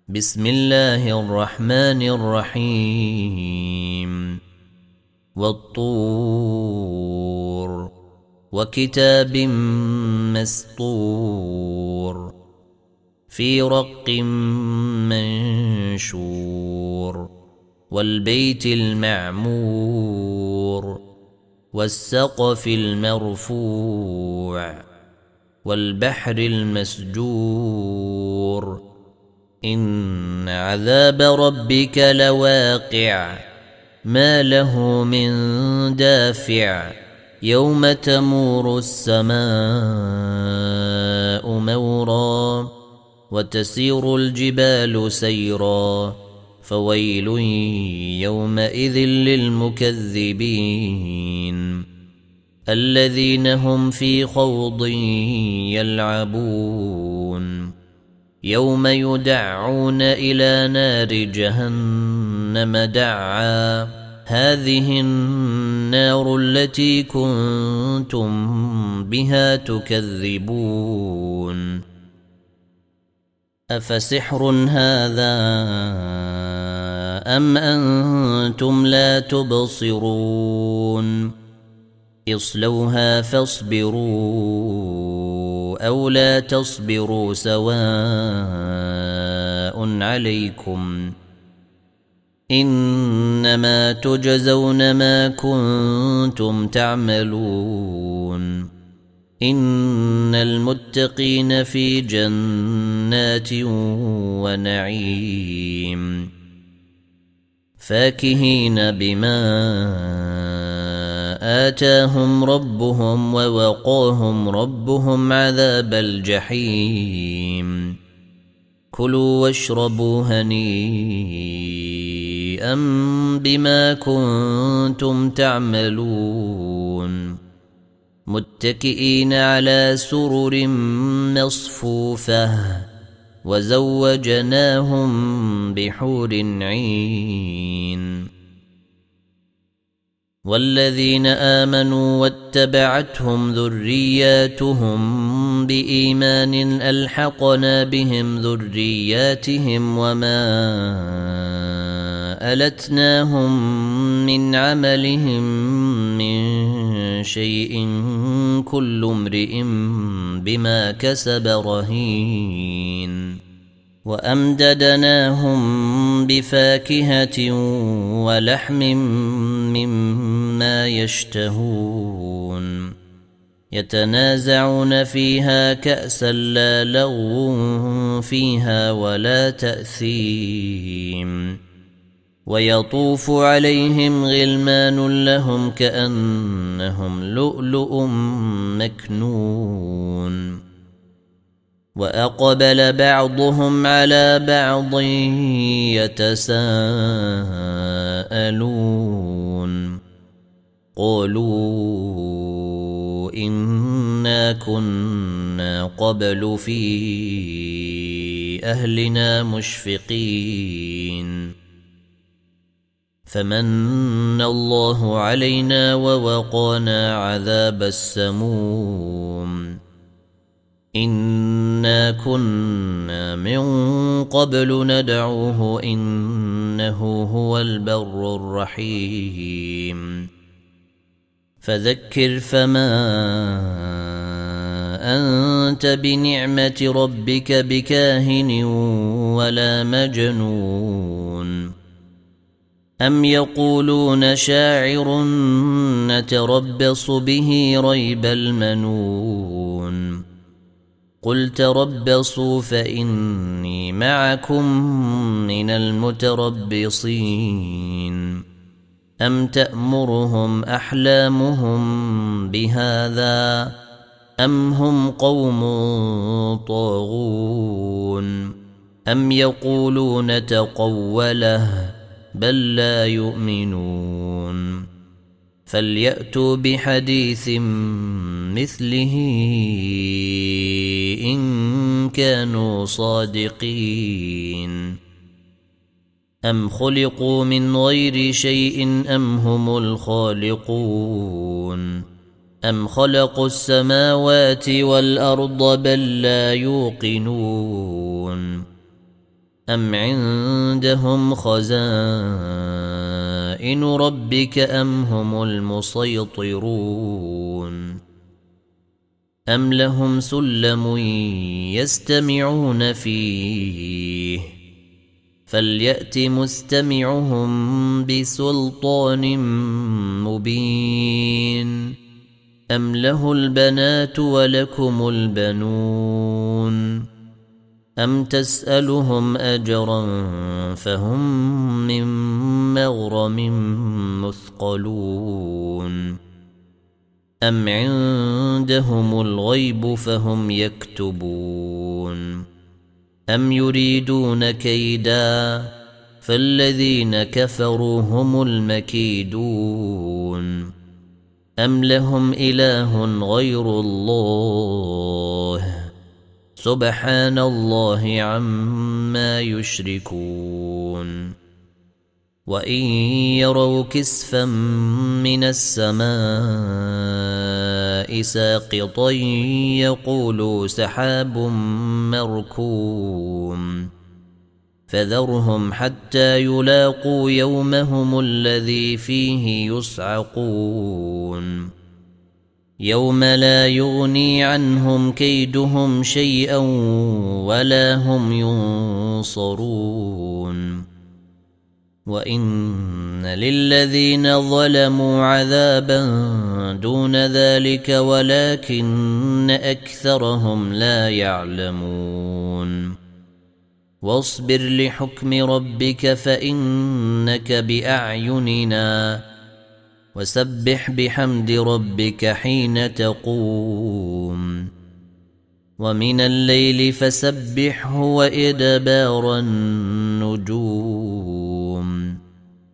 بسم الله الرحمن الرحيم والطور وكتاب مسطور في رق منشور والبيت المعمور والسقف المرفوع والبحر المسجور إن عذاب ربك لواقع ما له من دافع يوم تمور السماء مورا وتسير الجبال سيرا فويل يومئذ للمكذبين الذين هم في خوض يلعبون يوم يدعون إلى نار جهنم دعا هذه النار التي كنتم بها تكذبون أفسحر هذا أم أنتم لا تبصرون اصلوها فاصبروا أو لا تصبروا سواء عليكم إنما تجزون ما كنتم تعملون إن المتقين في جنات ونعيم فاكهين بما آتاهم ربهم ووقاهم ربهم عذاب الجحيم كلوا واشربوا هنيئا بما كنتم تعملون متكئين على سرر مصفوفة وزوجناهم بحور عين والذين آمنوا واتبعتهم ذرياتهم بإيمان ألحقنا بهم ذرياتهم وما ألتناهم من عملهم من شيء كل امرئ بما كسب رهين وأمددناهم بفاكهة ولحم مما يشتهون يتنازعون فيها كأسا لا لغو فيها ولا تأثيم ويطوف عليهم غلمان لهم كأنهم لؤلؤ مكنون وأقبل بعضهم على بعض يتساءلون قالوا إنا كنا قبل في أهلنا مشفقين فمن الله علينا ووقانا عذاب السموم إنا كنا من قبل ندعوه إنه هو البر الرحيم فذكر فما أنت بنعمة ربك بكاهن ولا مجنون أم يقولون شاعر نتربص به ريب المنون قل تربصوا فإني معكم من المتربصين أم تأمرهم أحلامهم بهذا أم هم قوم طاغون أم يقولون تقوله بل لا يؤمنون فليأتوا بحديث مثله إن كانوا صادقين أم خلقوا من غير شيء أم هم الخالقون أم خلقوا السماوات والأرض بل لا يوقنون أم عندهم خزائن ربك أم هم المسيطرون أم لهم سلم يستمعون فيه فليأت مستمعهم بسلطان مبين أم له البنات ولكم البنون أم تسألهم أجرا فهم من مغرم مثقلون أم عندهم الغيب فهم يكتبون أم يريدون كيدا فالذين كفروا هم المكيدون أم لهم إله غير الله سبحان الله عما يشركون وإن يروا كسفا من السماء ساقطا يقولوا سحاب مركوم فذرهم حتى يلاقوا يومهم الذي فيه يصعقون يوم لا يغني عنهم كيدهم شيئا ولا هم ينصرون وإن للذين ظلموا عذابا دون ذلك ولكن أكثرهم لا يعلمون واصبر لحكم ربك فإنك بأعيننا وسبح بحمد ربك حين تقوم ومن الليل فسبحه وإدبار النجوم